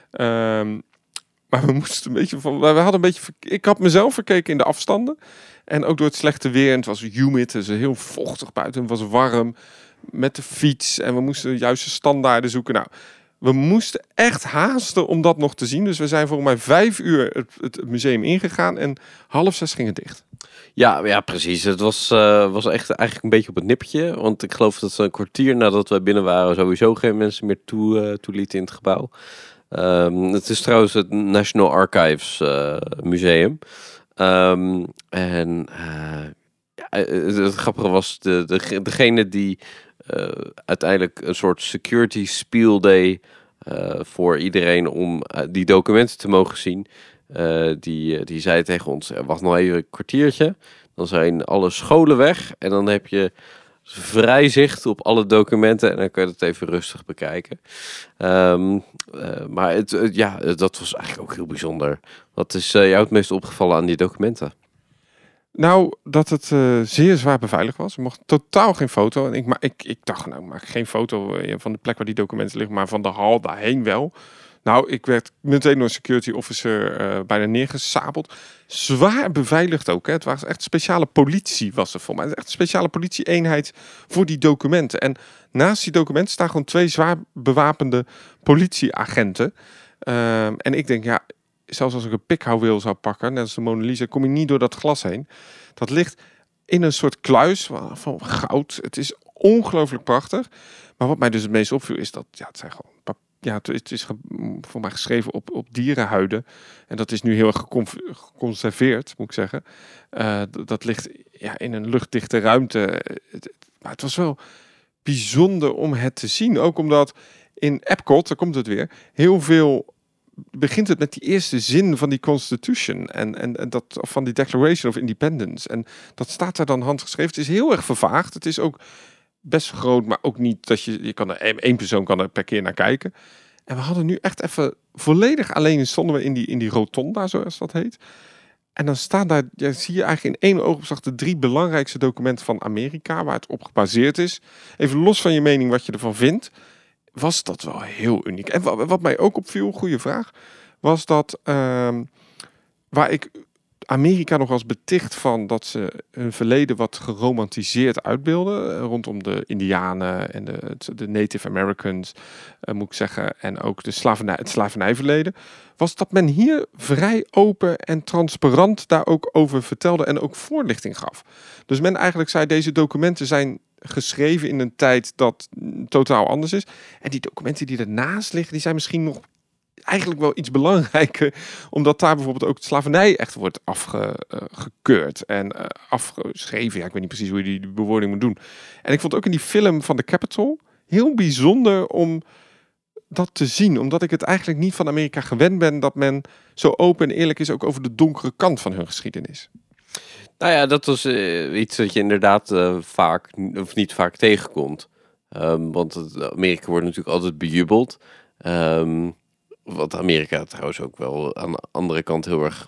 Maar we moesten een beetje we hadden een beetje, ik had mezelf verkeken in de afstanden. En ook door het slechte weer. En het was humid, het was heel vochtig buiten. Het was warm met de fiets. En we moesten de juiste standaarden zoeken. Nou, we moesten echt haasten om dat nog te zien. Dus we zijn volgens mij 5 uur het museum ingegaan. En 5:30 ging het dicht. Ja, precies. Het was echt eigenlijk een beetje op het nippertje. Want ik geloof dat een kwartier nadat wij binnen waren sowieso geen mensen meer toelieten in het gebouw. Het is trouwens het National Archives Museum. Het grappige was, degene die uiteindelijk een soort security spiel deed voor iedereen om die documenten te mogen zien. Die zei tegen ons, wacht nog even een kwartiertje. Dan zijn alle scholen weg en dan heb je vrij zicht op alle documenten en dan kun je het even rustig bekijken. Maar dat was eigenlijk ook heel bijzonder. Wat is jou het meest opgevallen aan die documenten? Nou, dat het zeer zwaar beveiligd was. Er mocht totaal geen foto. En ik dacht, nou, maak geen foto van de plek waar die documenten liggen, maar van de hal daarheen wel. Nou, ik werd meteen door een security officer bijna neergesabeld. Zwaar beveiligd ook. Hè. Het was echt speciale politie was er voor mij. Echt een speciale politieeenheid voor die documenten. En naast die documenten staan gewoon 2 zwaar bewapende politieagenten. En ik denk, zelfs als ik een pikhouweel zou pakken, net als de Mona Lisa, kom je niet door dat glas heen. Dat ligt in een soort kluis van goud. Het is ongelooflijk prachtig. Maar wat mij dus het meest opviel is dat, het zijn gewoon het is voor mij geschreven op dierenhuiden. En dat is nu heel erg geconserveerd, moet ik zeggen. Dat ligt in een luchtdichte ruimte. Maar het was wel bijzonder om het te zien. Ook omdat in Epcot, daar komt het weer, heel veel begint het met die eerste zin van die Constitution en dat van die Declaration of Independence. En dat staat daar dan handgeschreven. Het is heel erg vervaagd. Het is ook best groot, maar ook niet dat je kan er 1 persoon kan er per keer naar kijken. En we hadden nu echt even volledig alleen stonden we in die rotonda, zoals dat heet. En dan staan daar, zie je eigenlijk in 1 oogopslag de 3 belangrijkste documenten van Amerika, waar het op gebaseerd is. Even los van je mening wat je ervan vindt, was dat wel heel uniek. En wat mij ook opviel, goede vraag, was dat waar ik Amerika nog als beticht van dat ze hun verleden wat geromantiseerd uitbeelden, rondom de Indianen en de Native Americans, moet ik zeggen, en ook het slavernijverleden, was dat men hier vrij open en transparant daar ook over vertelde en ook voorlichting gaf. Dus men eigenlijk zei, deze documenten zijn geschreven in een tijd dat totaal anders is. En die documenten die ernaast liggen, die zijn misschien nog eigenlijk wel iets belangrijker. Omdat daar bijvoorbeeld ook de slavernij echt wordt afgekeurd en afgeschreven. Ja, ik weet niet precies hoe je die bewoording moet doen. En ik vond ook in die film van The Capitol heel bijzonder om dat te zien. Omdat ik het eigenlijk niet van Amerika gewend ben dat men zo open en eerlijk is ook over de donkere kant van hun geschiedenis. Nou ja, dat was iets dat je inderdaad vaak, of niet vaak tegenkomt. Want Amerika wordt natuurlijk altijd bejubeld. Wat Amerika trouwens ook wel aan de andere kant heel erg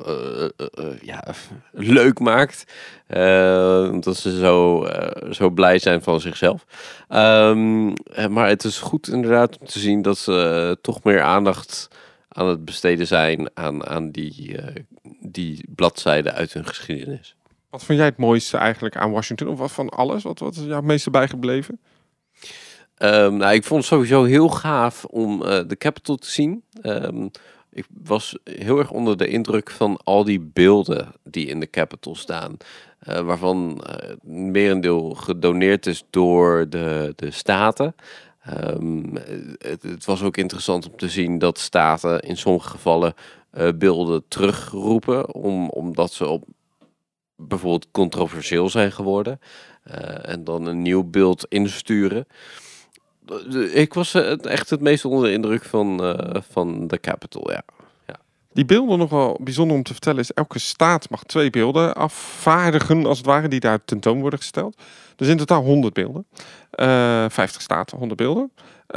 leuk maakt. Omdat ze zo blij zijn van zichzelf. Maar het is goed inderdaad om te zien dat ze toch meer aandacht aan het besteden zijn aan die bladzijden uit hun geschiedenis. Wat vond jij het mooiste eigenlijk aan Washington? Of wat van alles? Wat is jou het meeste bijgebleven? Ik vond het sowieso heel gaaf om de Capitol te zien. Ik was heel erg onder de indruk van al die beelden die in de Capitol staan. Waarvan merendeel gedoneerd is door de staten. Het was ook interessant om te zien dat staten in sommige gevallen beelden terugroepen. Omdat ze op bijvoorbeeld controversieel zijn geworden. En dan een nieuw beeld insturen. Ik was echt het meest onder de indruk van de Capitol, ja. Die beelden nog wel bijzonder om te vertellen is, elke staat mag 2 beelden afvaardigen, als het ware, die daar tentoon worden gesteld. Dus in totaal 100 beelden. 50 staten, 100 beelden.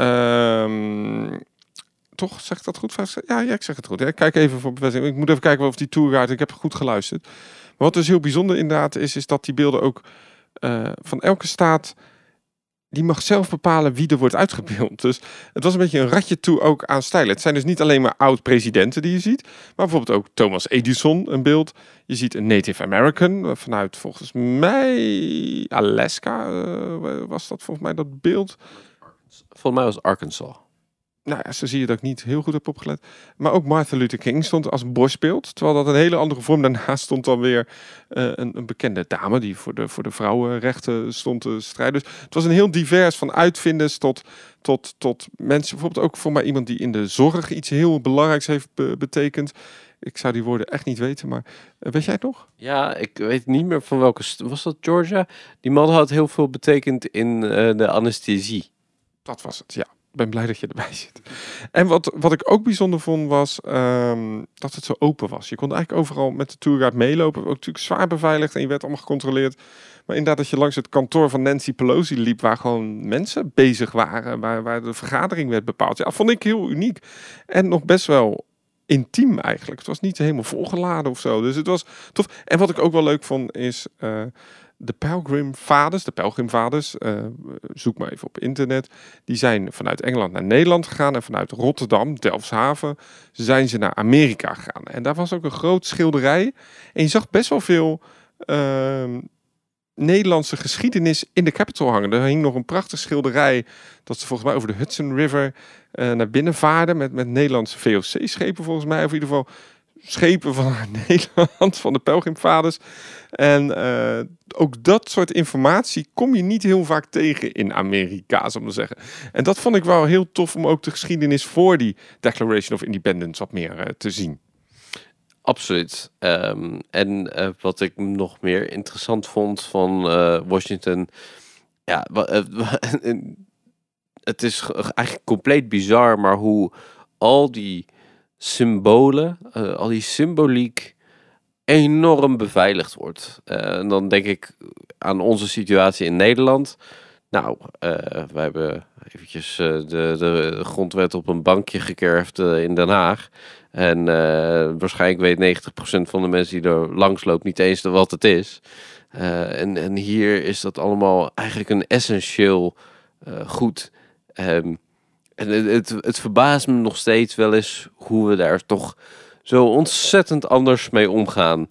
Toch, zeg ik dat goed? Ja, ik zeg het goed. Ik kijk even voor bevestiging. Ik moet even kijken of die tourguide, ik heb goed geluisterd. Maar wat dus heel bijzonder inderdaad is dat die beelden ook van elke staat, die mag zelf bepalen wie er wordt uitgebeeld. Dus het was een beetje een ratje toe ook aan stijlen. Het zijn dus niet alleen maar oud-presidenten die je ziet, maar bijvoorbeeld ook Thomas Edison, een beeld. Je ziet een Native American vanuit volgens mij Alaska, was dat volgens mij dat beeld. Volgens mij was Arkansas. Nou ja, zo zie je dat ik niet heel goed heb opgelet. Maar ook Martin Luther King stond als borstbeeld. Terwijl dat een hele andere vorm. Daarnaast stond dan weer een bekende dame die voor de vrouwenrechten stond te strijden. Dus het was een heel divers van uitvinders tot mensen. Bijvoorbeeld ook voor mij iemand die in de zorg iets heel belangrijks heeft betekend. Ik zou die woorden echt niet weten, maar weet jij het nog? Ja, ik weet niet meer van welke. Was dat Georgia? Die man had heel veel betekend in de anesthesie. Dat was het, ja. Ik ben blij dat je erbij zit. En wat ik ook bijzonder vond was dat het zo open was. Je kon eigenlijk overal met de tourguide meelopen. Ook natuurlijk zwaar beveiligd en je werd allemaal gecontroleerd. Maar inderdaad dat je langs het kantoor van Nancy Pelosi liep, waar gewoon mensen bezig waren. Waar de vergadering werd bepaald. Ja, dat vond ik heel uniek. En nog best wel intiem eigenlijk. Het was niet helemaal volgeladen of zo. Dus het was tof. En wat ik ook wel leuk vond is de pelgrimvaders, zoek maar even op internet, die zijn vanuit Engeland naar Nederland gegaan en vanuit Rotterdam, Delfshaven, zijn ze naar Amerika gegaan. En daar was ook een groot schilderij en je zag best wel veel Nederlandse geschiedenis in de Capitol hangen. Er hing nog een prachtig schilderij dat ze volgens mij over de Hudson River naar binnen vaarden met Nederlandse VOC-schepen volgens mij, of in ieder geval schepen van Nederland, van de pelgrimvaders. En ook dat soort informatie kom je niet heel vaak tegen in Amerika, zal ik maar zeggen. En dat vond ik wel heel tof om ook de geschiedenis voor die Declaration of Independence wat meer te zien. Absoluut. En wat ik nog meer interessant vond van Washington, ja, het is eigenlijk compleet bizar, maar hoe al die symbolen, al die symboliek enorm beveiligd wordt. En dan denk ik aan onze situatie in Nederland. Nou, wij hebben eventjes de grondwet op een bankje gekerfd in Den Haag. En waarschijnlijk weet 90% van de mensen die er langs loopt niet eens wat het is. En hier is dat allemaal eigenlijk een essentieel goed. En het verbaast me nog steeds wel eens hoe we daar toch zo ontzettend anders mee omgaan.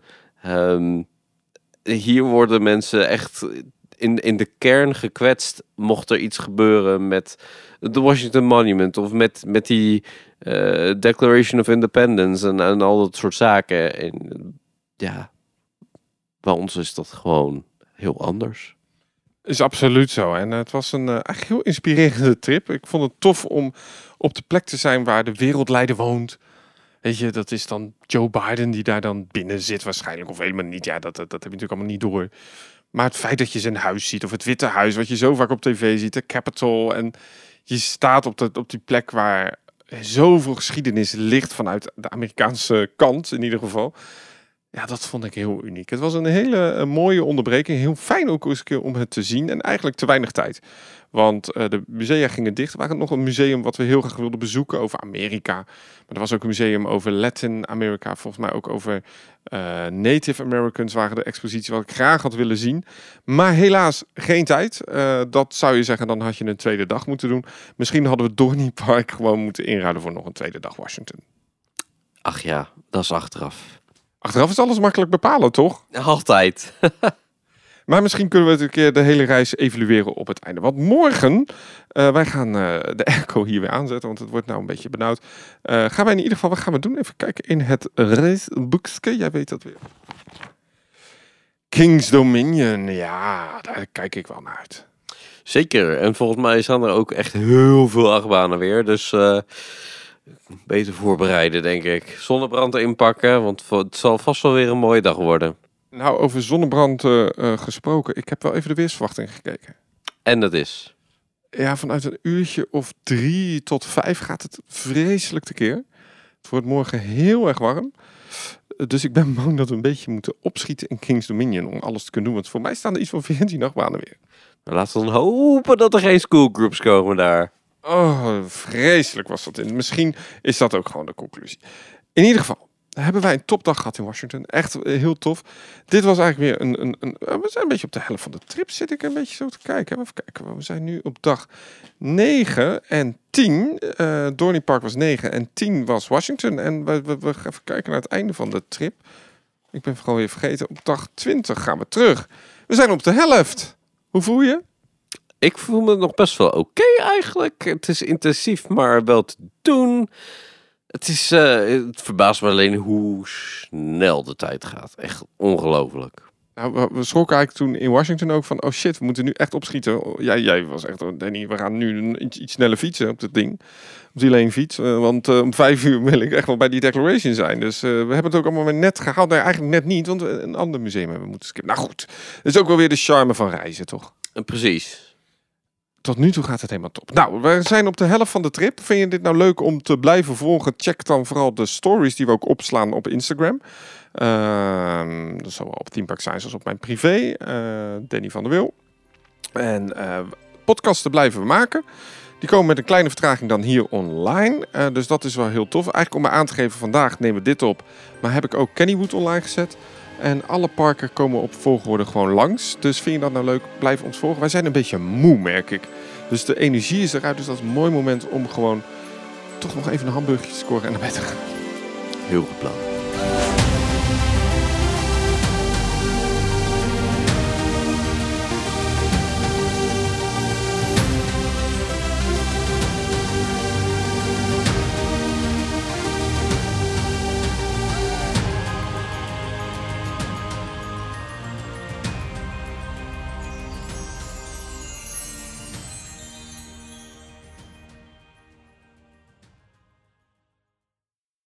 Hier worden mensen echt in de kern gekwetst mocht er iets gebeuren met de Washington Monument of met die Declaration of Independence en al dat soort zaken. En ja, bij ons is dat gewoon heel anders. Is absoluut zo. En het was een eigenlijk heel inspirerende trip. Ik vond het tof om op de plek te zijn waar de wereldleider woont. Weet je, dat is dan Joe Biden die daar dan binnen zit waarschijnlijk. Of helemaal niet. Ja, dat heb je natuurlijk allemaal niet door. Maar het feit dat je zijn huis ziet. Of het Witte Huis, wat je zo vaak op tv ziet. De Capitol. En je staat op die plek waar zoveel geschiedenis ligt vanuit de Amerikaanse kant in ieder geval. Ja, dat vond ik heel uniek. Het was een hele mooie onderbreking. Heel fijn ook eens een keer om het te zien. En eigenlijk te weinig tijd. Want de musea gingen dicht. Er was nog een museum wat we heel graag wilden bezoeken over Amerika. Maar er was ook een museum over Latin Amerika. Volgens mij ook over Native Americans waren de expositie wat ik graag had willen zien. Maar helaas geen tijd. Dat zou je zeggen, dan had je een tweede dag moeten doen. Misschien hadden we Dorney Park gewoon moeten inruilen voor nog een tweede dag Washington. Ach ja, dat is achteraf. Achteraf is alles makkelijk bepalen, toch? Altijd. Maar misschien kunnen we het een keer de hele reis evalueren op het einde. Want morgen, wij gaan de airco hier weer aanzetten, want het wordt nou een beetje benauwd. Gaan wij in ieder geval, wat gaan we doen? Even kijken in het raceboekje. Jij weet dat weer. King's Dominion, ja, daar kijk ik wel naar uit. Zeker. En volgens mij staan er ook echt heel veel achtbanen weer. Dus beter voorbereiden, denk ik. Zonnebrand inpakken, want het zal vast wel weer een mooie dag worden. Nou, over zonnebrand gesproken. Ik heb wel even de weersverwachting gekeken. En dat is? Ja, vanuit een uurtje of 3 tot 5 gaat het vreselijk tekeer. Het wordt morgen heel erg warm. Dus ik ben bang dat we een beetje moeten opschieten in King's Dominion om alles te kunnen doen. Want voor mij staan er iets van 14 nachtbanen weer. Nou, laten we dan hopen dat er geen schoolgroups komen daar. Oh, vreselijk was dat. Misschien is dat ook gewoon de conclusie. In ieder geval hebben wij een topdag gehad in Washington. Echt heel tof. Dit was eigenlijk weer we zijn een beetje op de helft van de trip. Zit ik een beetje zo te kijken. Even kijken. We zijn nu op dag 9 en 10. Dorney Park was 9 en 10 was Washington. En we gaan even kijken naar het einde van de trip. Ik ben gewoon weer vergeten. Op dag 20 gaan we terug. We zijn op de helft. Hoe voel je? Ik voel me nog best wel oké eigenlijk. Het is intensief, maar wel te doen. Het verbaast me alleen hoe snel de tijd gaat. Echt ongelooflijk. Nou, we schrokken eigenlijk toen in Washington ook van... oh shit, we moeten nu echt opschieten. Jij was echt... Danny, we gaan nu iets sneller fietsen op dat ding. Op die lane fiets. Want om 5 uur wil ik echt wel bij die Declaration zijn. Dus we hebben het ook allemaal maar net gehaald. Nee, eigenlijk net niet, want we een ander museum hebben moeten skippen. Nou goed, dat is ook wel weer de charme van reizen, toch? Precies. Tot nu toe gaat het helemaal top. Nou, we zijn op de helft van de trip. Vind je dit nou leuk om te blijven volgen? Check dan vooral de stories die we ook opslaan op Instagram. Dat zal wel op Team Park Science als op mijn privé. Danny van der Wil. En podcasten blijven we maken. Die komen met een kleine vertraging dan hier online. Dus dat is wel heel tof. Eigenlijk om me aan te geven, vandaag nemen we dit op. Maar heb ik ook Kennywood online gezet. En alle parken komen op volgorde gewoon langs. Dus vind je dat nou leuk? Blijf ons volgen. Wij zijn een beetje moe, merk ik. Dus de energie is eruit. Dus dat is een mooi moment om gewoon toch nog even een hamburgertje te scoren en naar bed te gaan. Heel goed plan.